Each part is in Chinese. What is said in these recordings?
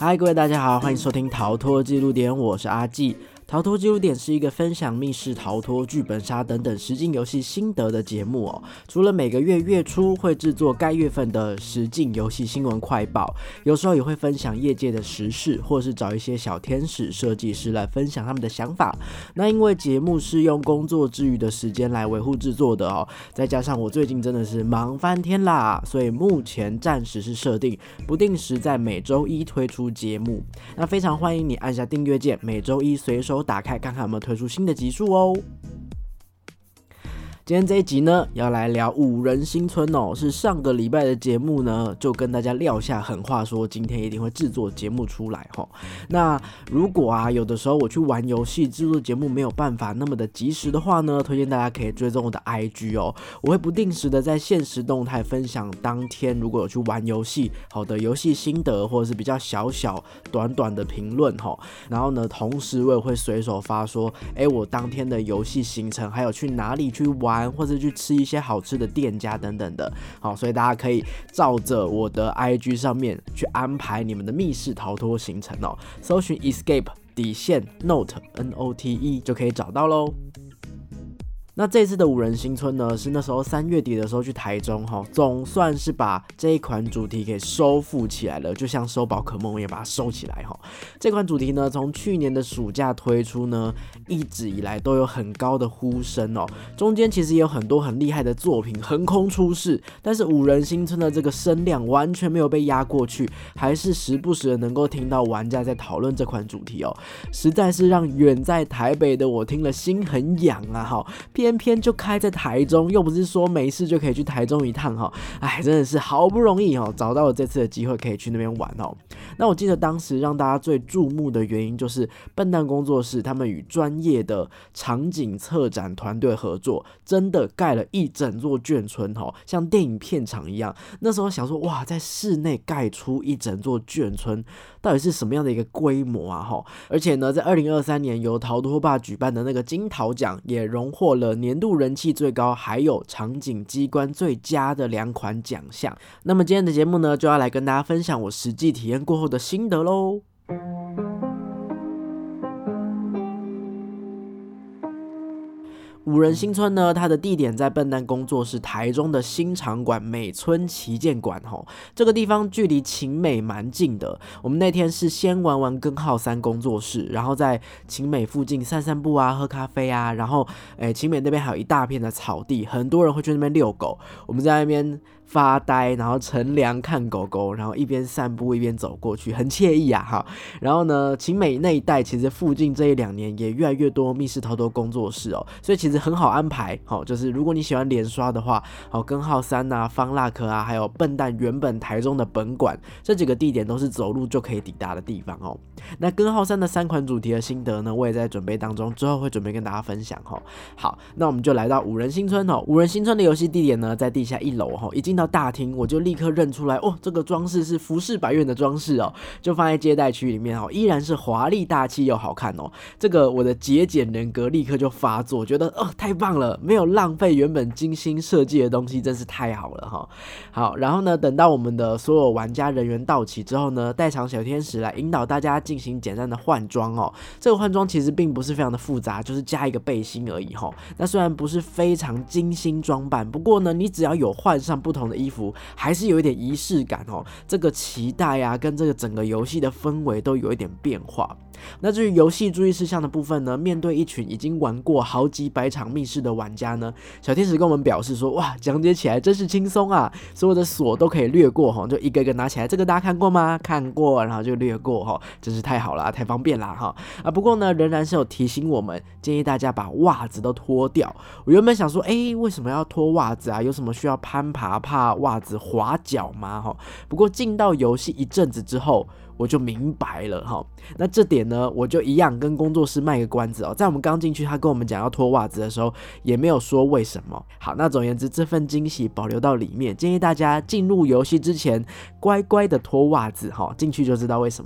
嗨，各位大家好，欢迎收听逃脱记录点，我是阿纪。逃脱记录点是一个分享密室逃脱、剧本杀等等实境游戏心得的节目哦。除了每个月月初会制作该月份的实境游戏新闻快报，有时候也会分享业界的时事，或是找一些小天使设计师来分享他们的想法。那因为节目是用工作之余的时间来维护制作的哦，再加上我最近真的是忙翻天啦，所以目前暂时是设定不定时在每周一推出节目。那非常欢迎你按下订阅键，每周一随手打开看看有没有推出新的集数哦。今天这一集呢，要来聊五人新村哦，是上个礼拜的节目呢，就跟大家撂下狠话说，今天一定会制作节目出来齁。那如果有的时候我去玩游戏，制作节目没有办法那么的及时的话呢，推荐大家可以追踪我的 IG 哦，我会不定时的在限时动态分享当天如果有去玩游戏好的游戏心得，或者是比较小短短的评论齁。然后呢，同时我也会随手发说，我当天的游戏行程，还有去哪里去玩。或者去吃一些好吃的店家等等的，好，所以大家可以照着我的 IG 上面去安排你们的密室逃脱行程哦，搜寻 escape Note NOTE 就可以找到咯。那这次的五人新村呢，是那时候3月底的时候去台中总算是把这一款主题给收复起来了，就像收宝可梦也把它收起来这款主题呢，从去年的暑假推出呢，一直以来都有很高的呼声中间其实也有很多很厉害的作品横空出世，但是五人新村的这个声量完全没有被压过去，还是时不时的能够听到玩家在讨论这款主题实在是让远在台北的我听了心很痒啊偏偏就开在台中，又不是说没事就可以去台中一趟真的是好不容易找到了这次的机会可以去那边玩那我记得当时让大家最注目的原因就是笨蛋工作室他们与专业的场景策展团队合作，真的盖了一整座眷村像电影片场一样。那时候想说哇，在室内盖出一整座眷村，到底是什么样的一个规模啊而且呢，在2023年由逃脱吧举办的那个金桃奖也荣获了年度人气最高还有场景机关最佳的2款奖项。那么今天的节目呢，就要来跟大家分享我实际体验过后的心得咯。五人新村呢，它的地点在笨蛋工作室台中的新场馆美村旗舰馆这个地方距离晴美蛮近的。我们那天是先玩完根号3工作室，然后在晴美附近散散步喝咖啡然后晴美那边还有一大片的草地，很多人会去那边遛狗，我们在那边发呆，然后乘凉看狗狗，然后一边散步一边走过去，很惬意然后呢，晴美那一带其实附近这1-2年也越来越多密室逃脱工作室所以其实很好安排就是如果你喜欢连刷的话根号3方蜡壳还有笨蛋原本台中的本馆，这几个地点都是走路就可以抵达的地方那根号3的3款主题的心得呢，我也在准备当中，之后会准备跟大家分享好，那我们就来到五人新村五人新村的游戏地点呢，在地下1楼一进到大厅，我就立刻认出来这个装饰是服饰百院的装饰就放在接待区里面依然是华丽大气又好看这个我的节俭人格立刻就发作，觉得太棒了，没有浪费原本精心设计的东西，真是太好了好，然后呢，等到我们的所有玩家人员到齐之后呢，代场小天使来引导大家进行简单的换装这个换装其实并不是非常的复杂，就是加一个背心而已那虽然不是非常精心装扮，不过呢，你只要有换上不同的衣服，还是有一点仪式感这个期待跟这个整个游戏的氛围都有一点变化。那至于游戏注意事项的部分呢，面对一群已经玩过好几百场密室的玩家呢，小天使跟我们表示说，哇，讲解起来真是轻松所有的锁都可以略过就一个一个拿起来，这个大家看过吗？看过，然后就略过真是太好了，太方便啦不过呢，仍然是有提醒我们，建议大家把袜子都脱掉。我原本想说为什么要脱袜子有什么需要攀爬怕袜子滑脚吗不过进到游戏一阵子之后，我就明白了那这点呢，我就一样跟工作室卖个关子在我们刚进去，他跟我们讲要脱袜子的时候，也没有说为什么。好，那总而言之，这份惊喜保留到里面，建议大家进入游戏之前乖乖的脱袜子进去就知道为什么了。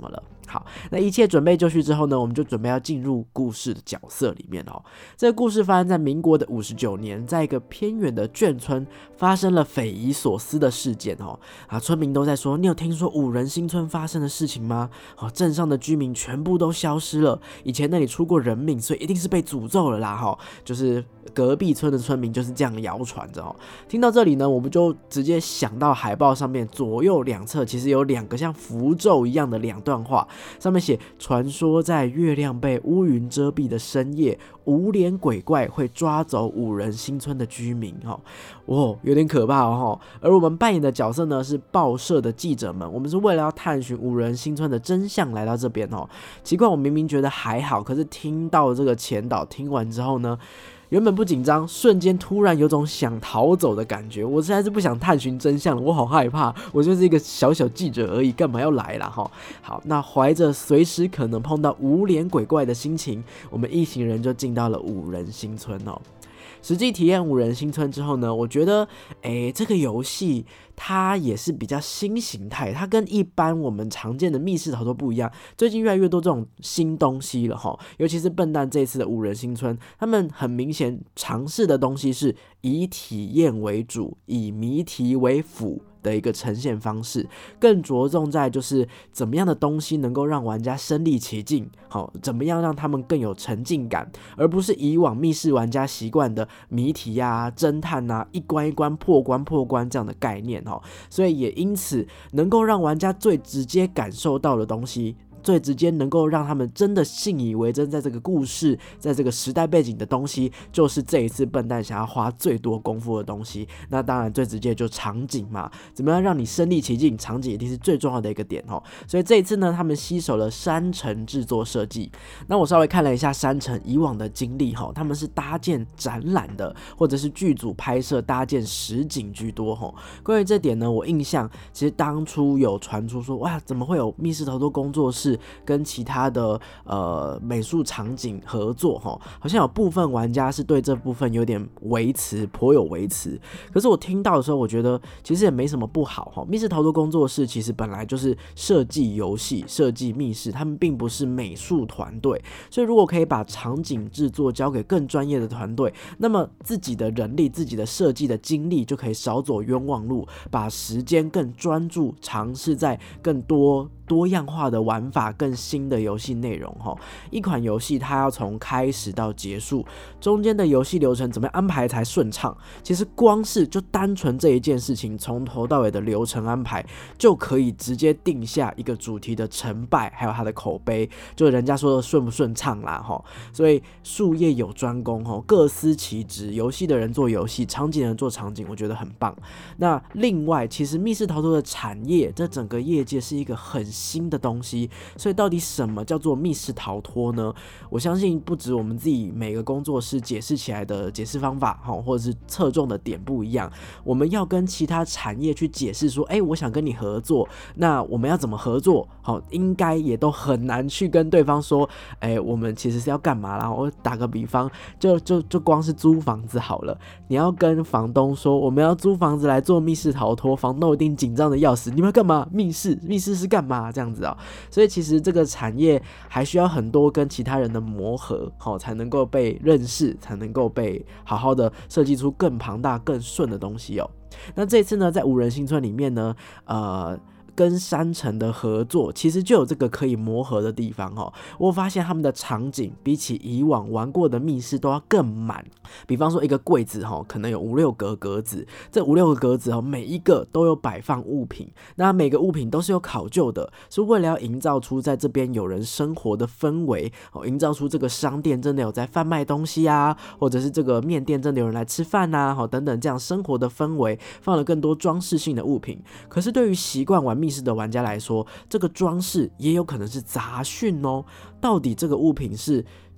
好，那一切准备就绪之后呢，我们就准备要进入故事的角色里面哦。这个故事发生在民国的59年，在一个偏远的眷村发生了匪夷所思的事件哦。村民都在说，你有听说五人新村发生的事情吗？镇上的居民全部都消失了，以前那里出过人命，所以一定是被诅咒了啦就是隔壁村的村民就是这样谣传着哦。听到这里呢，我们就直接想到海报上面左右两侧其实有2个像符咒一样的2段话。上面写，传说在月亮被乌云遮蔽的深夜，无脸鬼怪会抓走五人新村的居民有点可怕而我们扮演的角色呢是报社的记者们，我们是为了要探寻五人新村的真相来到这边奇怪，我明明觉得还好，可是听到这个前导听完之后呢，原本不紧张，瞬间突然有种想逃走的感觉。我实在是不想探寻真相了，我好害怕。我就是一个小小记者而已，干嘛要来啦好，那怀着随时可能碰到无脸鬼怪的心情，我们一行人就进到了五人新村实际体验五人新村之后呢，我觉得这个游戏它也是比较新形态，它跟一般我们常见的密室逃脱不一样。最近越来越多这种新东西了尤其是笨蛋这一次的五人新村，他们很明显尝试的东西是以体验为主，以谜题为辅的一个呈现方式，更着重在就是怎么样的东西能够让玩家身临其境，怎么样让他们更有沉浸感，而不是以往密室玩家习惯的谜题啊、侦探啊、一关一关破关这样的概念所以也因此能够让玩家最直接感受到的东西，最直接能够让他们真的信以为真，在这个故事，在这个时代背景的东西，就是这一次笨蛋想要花最多功夫的东西。那当然最直接就场景嘛，怎么样让你身临其境，场景一定是最重要的一个点所以这一次呢，他们携手了山城制作设计。那我稍微看了一下山城以往的经历他们是搭建展览的，或者是剧组拍摄搭建实景居多关于这点呢，我印象其实当初有传出说，哇，怎么会有密室逃脱工作室跟其他的美术场景合作好像有部分玩家是对这部分有点颇有微词。可是我听到的时候，我觉得其实也没什么不好密室逃脱工作室其实本来就是设计游戏、设计密室，他们并不是美术团队，所以如果可以把场景制作交给更专业的团队，那么自己的人力、自己的设计的精力就可以少走冤枉路，把时间更专注尝试在更多样化的玩法、更新的游戏内容一款游戏它要从开始到结束，中间的游戏流程怎么样安排才顺畅，其实光是就单纯这一件事情，从头到尾的流程安排就可以直接定下一个主题的成败，还有它的口碑，就人家说的顺不顺畅啦所以术业有专攻各司其职，游戏的人做游戏，场景的人做场景，我觉得很棒。那另外其实密室逃脱的产业，这整个业界是一个很新的东西，所以到底什么叫做密室逃脱呢？我相信不止我们自己每个工作室解释起来的解释方法或者是侧重的点不一样，我们要跟其他产业去解释说，我想跟你合作，那我们要怎么合作应该也都很难去跟对方说我们其实是要干嘛啦。我打个比方，就光是租房子好了，你要跟房东说我们要租房子来做密室逃脱，房东一定紧张的要死，你们要干嘛？密室是干嘛？这样子所以其实这个产业还需要很多跟其他人的磨合才能够被认识，才能够被好好的设计出更庞大更顺的东西那这一次呢，在五人新村里面呢跟山城的合作其实就有这个可以磨合的地方我发现他们的场景比起以往玩过的密室都要更满，比方说一个柜子可能有5-6个格子，这5-6个格子每一个都有摆放物品，那每个物品都是有考究的，是为了要营造出在这边有人生活的氛围营造出这个商店真的有在贩卖东西啊，或者是这个面店真的有人来吃饭啊等等，这样生活的氛围，放了更多装饰性的物品。可是对于习惯玩密室的玩家来说，这个装饰也有可能是杂讯到底这个物品是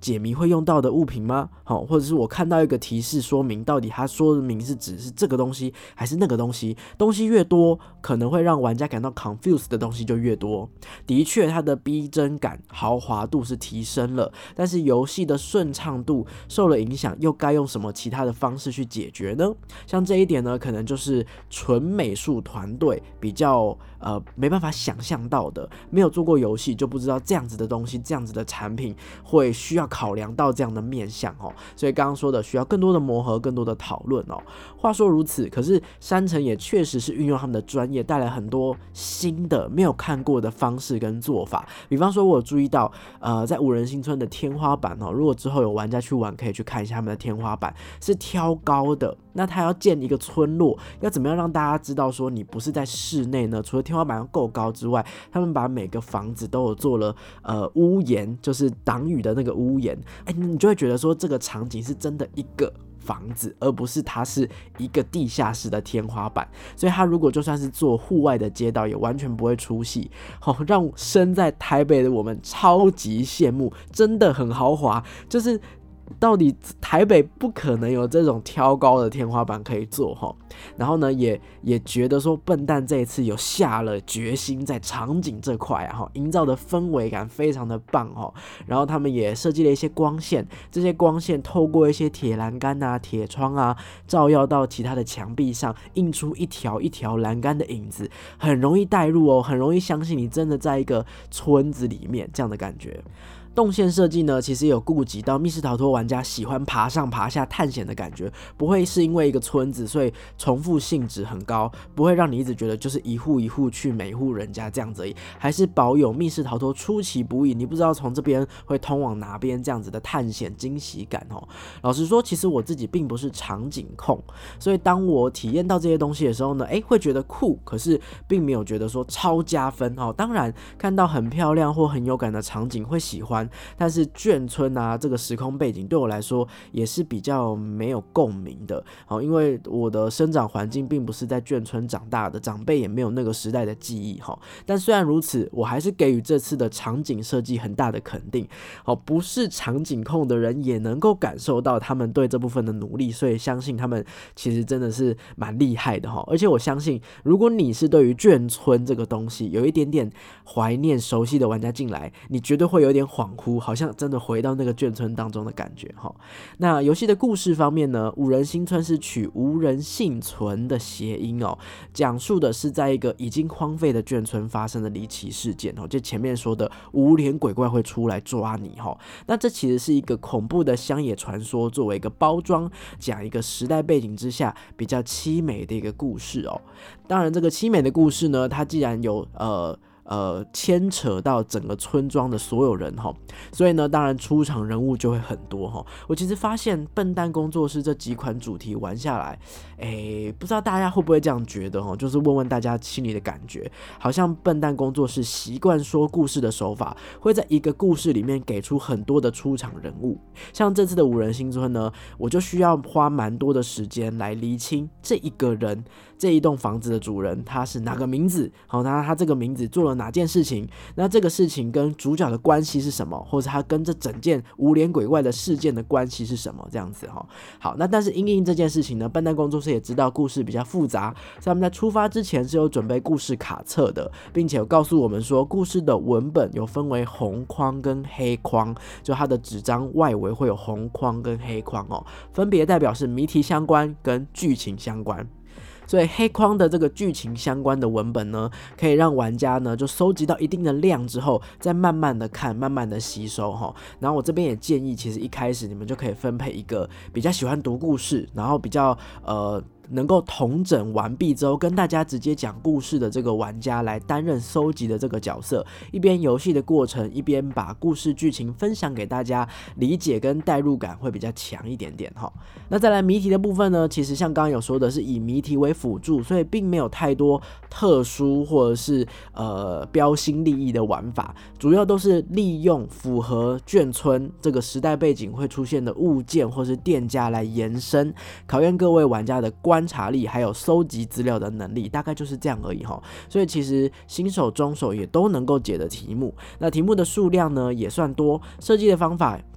解谜会用到的物品吗？或者是我看到一个提示说明，到底它说明是指是这个东西还是那个东西？东西越多，可能会让玩家感到 confused 的东西就越多。的确，它的逼真感、豪华度是提升了，但是游戏的顺畅度受了影响，又该用什么其他的方式去解决呢？像这一点呢，可能就是纯美术团队比较没办法想象到的，没有做过游戏就不知道这样子的东西、这样子的产品会需要考量到这样的面向哦。所以刚刚说的需要更多的磨合、更多的讨论哦。话说如此，可是山城也确实是运用他们的专业，带来很多新的没有看过的方式跟做法。比方说，我有注意到，在五人新村的天花板哦，如果之后有玩家去玩，可以去看一下他们的天花板是挑高的。那他要建一个村落，要怎么样让大家知道说你不是在室内呢？除了天花板要够高之外，他们把每个房子都有做了屋檐，就是挡雨的那个屋檐。你就会觉得说这个场景是真的一个房子，而不是它是一个地下室的天花板。所以它如果就算是做户外的街道，也完全不会出戏，让身在台北的我们超级羡慕，真的很豪华，就是到底台北不可能有这种挑高的天花板可以做。然后呢也觉得说笨蛋这一次有下了决心在场景这块营造的氛围感非常的棒。然后他们也设计了一些光线，这些光线透过一些铁栏杆啊、铁窗啊照耀到其他的墙壁上，映出一条一条栏杆的影子，很容易带入哦，很容易相信你真的在一个村子里面这样的感觉。动线设计呢，其实有顾及到密室逃脱玩家喜欢爬上爬下探险的感觉，不会是因为一个村子所以重复性质很高，不会让你一直觉得就是一户一户去每户人家这样子而已，还是保有密室逃脱出其不意，你不知道从这边会通往哪边这样子的探险惊喜感。老实说，其实我自己并不是场景控，所以当我体验到这些东西的时候呢，会觉得酷，可是并没有觉得说超加分。当然看到很漂亮或很有感的场景会喜欢，但是眷村啊这个时空背景对我来说也是比较没有共鸣的。因为我的生长环境并不是在眷村长大的，长辈也没有那个时代的记忆。但虽然如此，我还是给予这次的场景设计很大的肯定。不是场景控的人也能够感受到他们对这部分的努力，所以相信他们其实真的是蛮厉害的。而且我相信如果你是对于眷村这个东西有一点点怀念熟悉的玩家进来，你绝对会有点恍惚，好像真的回到那个眷村当中的感觉。那游戏的故事方面呢，五人新村是取无人幸存的谐音讲述的是在一个已经荒废的眷村发生的离奇事件，就前面说的无脸鬼怪会出来抓你。那这其实是一个恐怖的乡野传说，作为一个包装，讲一个时代背景之下比较凄美的一个故事。当然这个凄美的故事呢，它既然有牵扯到整个村庄的所有人，所以呢当然出场人物就会很多。我其实发现笨蛋工作室这几款主题玩下来，不知道大家会不会这样觉得，就是问问大家心里的感觉，好像笨蛋工作室习惯说故事的手法会在一个故事里面给出很多的出场人物。像这次的五人新村呢，我就需要花蛮多的时间来厘清这一个人，这一栋房子的主人他是哪个名字，他这个名字做了哪件事情，那这个事情跟主角的关系是什么，或者他跟这整件无脸鬼怪的事件的关系是什么，这样子。好，那但是因应这件事情呢，笨蛋工作室也知道故事比较复杂，所以他们在出发之前是有准备故事卡册的，并且有告诉我们说故事的文本有分为红框跟黑框，就它的纸张外围会有红框跟黑框分别代表是谜题相关跟剧情相关。所以黑框的这个剧情相关的文本呢，可以让玩家呢就收集到一定的量之后，再慢慢的看，慢慢的吸收。然后我这边也建议，其实一开始你们就可以分配一个比较喜欢读故事，然后比较能够统整完毕之后跟大家直接讲故事的这个玩家来担任收集的这个角色，一边游戏的过程，一边把故事剧情分享给大家，理解跟代入感会比较强一点点。那再来谜题的部分呢，其实像刚刚有说的是以谜题为辅助，所以并没有太多特殊或者是标新立异的玩法，主要都是利用符合眷村这个时代背景会出现的物件或是店家来延伸，考验各位玩家的观察力还有搜集资料的能力，大概就是这样而已。所以其实新手中手也都能够解的题目，那题目的数量呢也算多，设计的方法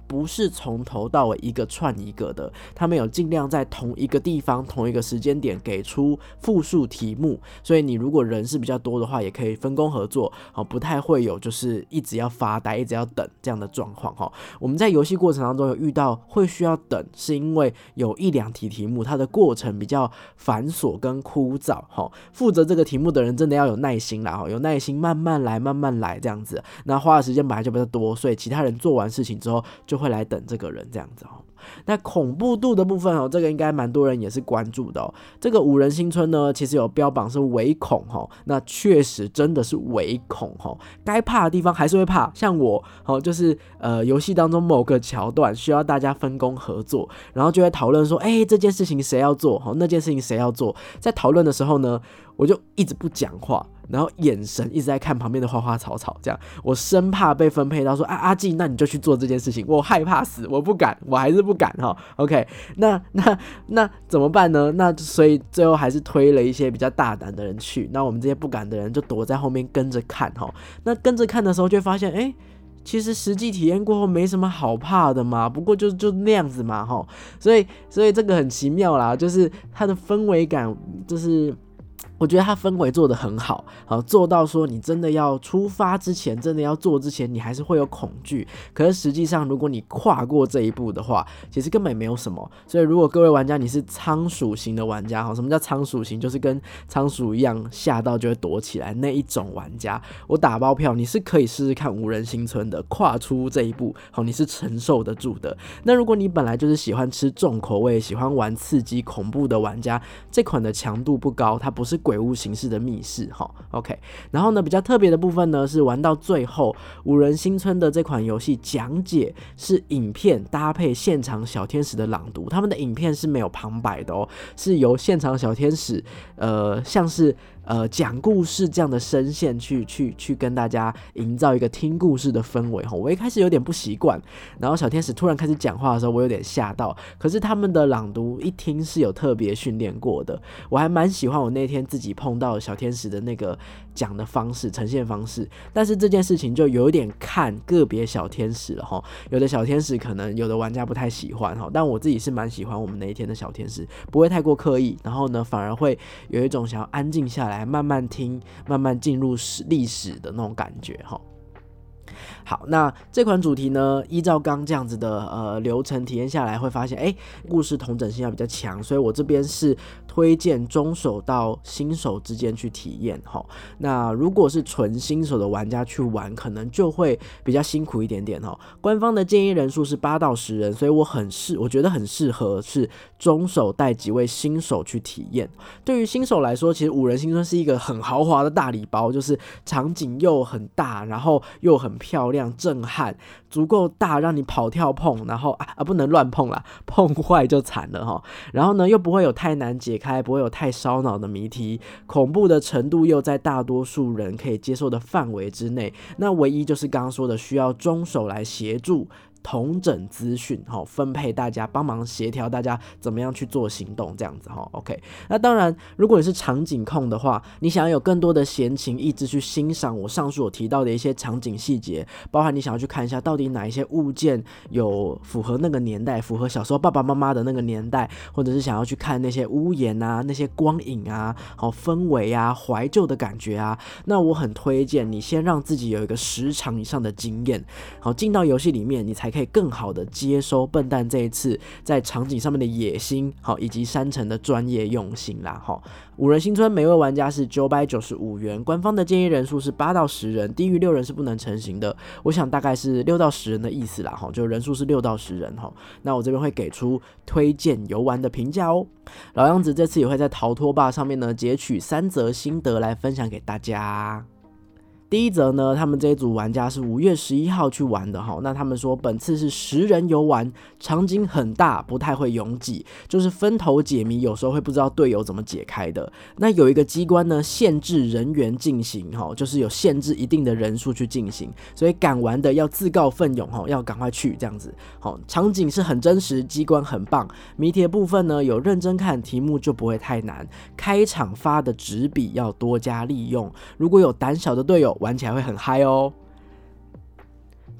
不是从头到尾一个串一个的，他们有尽量在同一个地方同一个时间点给出复数题目，所以你如果人是比较多的话，也可以分工合作，不太会有就是一直要发呆一直要等这样的状况。我们在游戏过程当中有遇到会需要等，是因为有1-2题题目它的过程比较繁琐跟枯燥，负责这个题目的人真的要有耐心啦，有耐心慢慢来这样子，那花的时间本来就比较多，所以其他人做完事情之后就会来等这个人这样子。那恐怖度的部分这个应该蛮多人也是关注的这个五人新村呢，其实有标榜是微恐那确实真的是微恐该怕的地方还是会怕。像我就是游戏当中某个桥段需要大家分工合作，然后就会讨论说，这件事情谁要做，那件事情谁要做。在讨论的时候呢，我就一直不讲话，然后眼神一直在看旁边的花花草草，这样我生怕被分配到说阿纪，那你就去做这件事情，我害怕死，我不敢，我还是不敢OK， 那怎么办呢？那所以最后还是推了一些比较大胆的人去，那我们这些不敢的人就躲在后面跟着看那跟着看的时候就会发现其实实际体验过后没什么好怕的嘛，不过就那样子嘛所以这个很奇妙啦，就是它的氛围感，就是我觉得他氛围做得很好，做到说你真的要出发之前，真的要做之前，你还是会有恐惧。可是实际上，如果你跨过这一步的话，其实根本没有什么。所以，如果各位玩家你是仓鼠型的玩家，什么叫仓鼠型？就是跟仓鼠一样吓到就会躲起来那一种玩家，我打包票你是可以试试看无人新村的，跨出这一步，你是承受得住的。那如果你本来就是喜欢吃重口味、喜欢玩刺激恐怖的玩家，这款的强度不高，它不是鬼屋形式的密室OK， 然后呢比较特别的部分呢是玩到最后，五人新村的这款游戏讲解是影片搭配现场小天使的朗读，他们的影片是没有旁白的是由现场小天使像是讲故事这样的声线去跟大家营造一个听故事的氛围我一开始有点不习惯，然后小天使突然开始讲话的时候我有点吓到，可是他们的朗读一听是有特别训练过的，我还蛮喜欢我那天自己碰到小天使的那个讲的方式呈现方式。但是这件事情就有点看个别小天使了有的小天使可能有的玩家不太喜欢但我自己是蛮喜欢我们那一天的小天使，不会太过刻意，然后呢反而会有一种想要安静下来慢慢听慢慢进入历史的那种感觉好，那这款主题呢，依照刚这样子的流程体验下来，会发现故事同整性要比较强，所以我这边是推荐中手到新手之间去体验那如果是纯新手的玩家去玩，可能就会比较辛苦一点点官方的建议人数是8到10人，所以我觉得很适合是中手带几位新手去体验。对于新手来说，其实五人新村是一个很豪华的大礼包，就是场景又很大，然后又很漂亮震撼，足够大让你跑跳碰，然后不能乱碰啦，碰坏就惨了然后呢又不会有太难解开，不会有太烧脑的谜题，恐怖的程度又在大多数人可以接受的范围之内，那唯一就是刚刚说的需要中手来协助统整资讯分配大家，帮忙协调大家怎么样去做行动这样子OK， 那当然如果你是场景控的话，你想要有更多的闲情逸致去欣赏我上述有提到的一些场景细节，包含你想要去看一下到底哪一些物件有符合那个年代，符合小时候爸爸妈妈的那个年代，或者是想要去看那些屋檐啊，那些光影啊，氛围啊，怀旧的感觉啊，那我很推荐你先让自己有一个10场以上的经验，进到游戏里面你才可以更好的接收笨蛋这一次在场景上面的野心以及山城的专业用心啦五人新村每位玩家是995元，官方的建议人数是8到10人，低于6人是不能成行的，我想大概是6到10人的意思啦就人数是6到10人那我这边会给出推荐游玩的评价老样子这次也会在逃脱吧上面呢截取3则心得来分享给大家。第一则呢，他们这一组玩家是5月11号去玩的那他们说本次是10人游玩，场景很大，不太会拥挤，就是分头解谜有时候会不知道队友怎么解开的。那有一个机关呢限制人员进行就是有限制一定的人数去进行，所以敢玩的要自告奋勇要赶快去这样子场景是很真实，机关很棒，谜题的部分呢有认真看，题目就不会太难，开场发的纸笔要多加利用，如果有胆小的队友玩起来会很嗨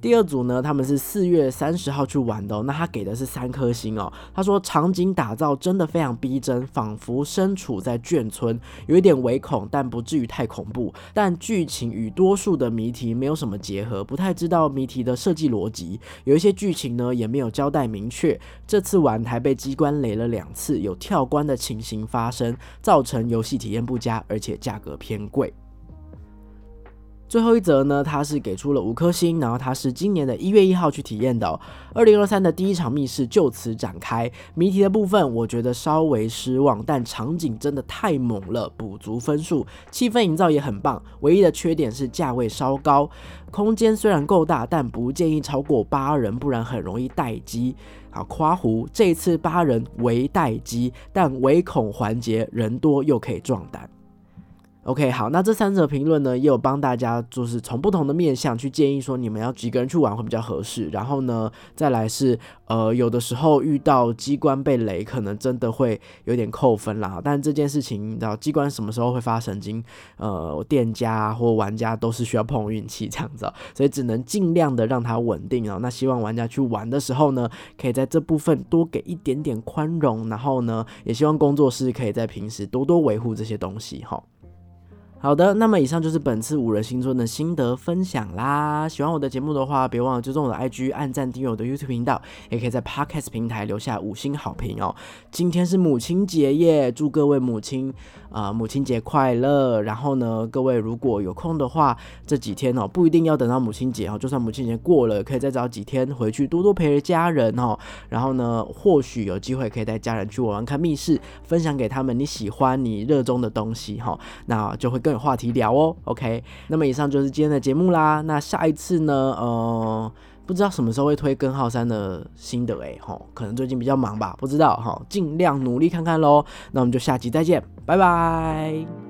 第二组呢，他们是4月30号去玩的那他给的是3颗星他说场景打造真的非常逼真，仿佛身处在眷村，有一点微恐，但不至于太恐怖。但剧情与多数的谜题没有什么结合，不太知道谜题的设计逻辑，有一些剧情呢也没有交代明确。这次玩还被机关雷了2次，有跳关的情形发生，造成游戏体验不佳，而且价格偏贵。最后一则呢，它是给出了5颗星，然后它是今年的1月1号去体验的2023的第一场密室就此展开。谜题的部分我觉得稍微失望，但场景真的太猛了，补足分数。气氛营造也很棒，唯一的缺点是价位稍高。空间虽然够大，但不建议超过8人，不然很容易待机。好，夸胡这一次8人为待机，但唯恐环节人多又可以壮胆。OK， 好，那这3则评论呢，也有帮大家就是从不同的面向去建议说你们要几个人去玩会比较合适。然后呢，再来是有的时候遇到机关被雷，可能真的会有点扣分啦。但这件事情，你知道机关什么时候会发神经？店家或玩家都是需要碰运气这样子所以只能尽量的让它稳定那希望玩家去玩的时候呢，可以在这部分多给一点点宽容，然后呢，也希望工作室可以在平时多多维护这些东西好的，那么以上就是本次五人新村的心得分享啦。喜欢我的节目的话，别忘了追踪我的 IG， 按赞订阅我的 YouTube 频道，也可以在 Podcast 平台留下5星好评今天是母亲节耶，祝各位母亲节快乐。然后呢，各位如果有空的话，这几天不一定要等到母亲节就算母亲节过了，可以再找几天回去多多陪着家人然后呢，或许有机会可以带家人去玩玩看密室，分享给他们你喜欢你热衷的东西那就会更有话题聊OK， 那么以上就是今天的节目啦。那下一次呢，不知道什么时候会推根号3的心得可能最近比较忙吧，不知道尽量努力看看咯。那我们就下集再见，拜拜。